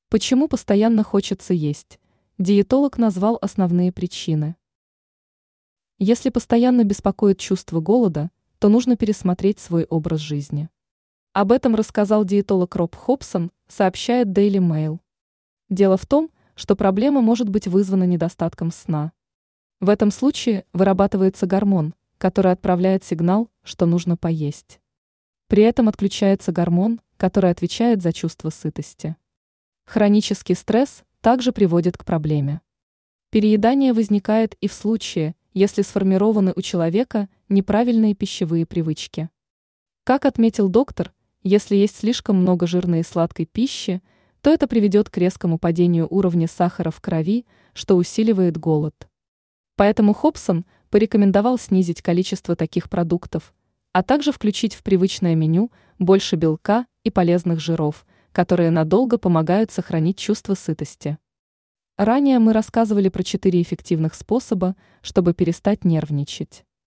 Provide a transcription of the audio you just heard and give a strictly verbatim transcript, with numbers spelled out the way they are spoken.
Почему постоянно хочется есть? Диетолог назвал основные причины. Если постоянно беспокоит чувство голода, то нужно пересмотреть свой образ жизни. Об этом рассказал диетолог Роб Хобсон, сообщает Daily Mail. Дело в том, что проблема может быть вызвана недостатком сна. В этом случае вырабатывается гормон, который отправляет сигнал, что нужно поесть. При этом отключается гормон, который отвечает за чувство сытости. Хронический стресс также приводит к проблеме. Переедание возникает и в случае, если сформированы у человека неправильные пищевые привычки. Как отметил доктор, если есть слишком много жирной и сладкой пищи, то это приведет к резкому падению уровня сахара в крови, что усиливает голод. Поэтому Хобсон порекомендовал снизить количество таких продуктов, а также включить в привычное меню больше белка и полезных жиров, которые надолго помогают сохранить чувство сытости. Ранее мы рассказывали про четыре эффективных способа, чтобы перестать нервничать.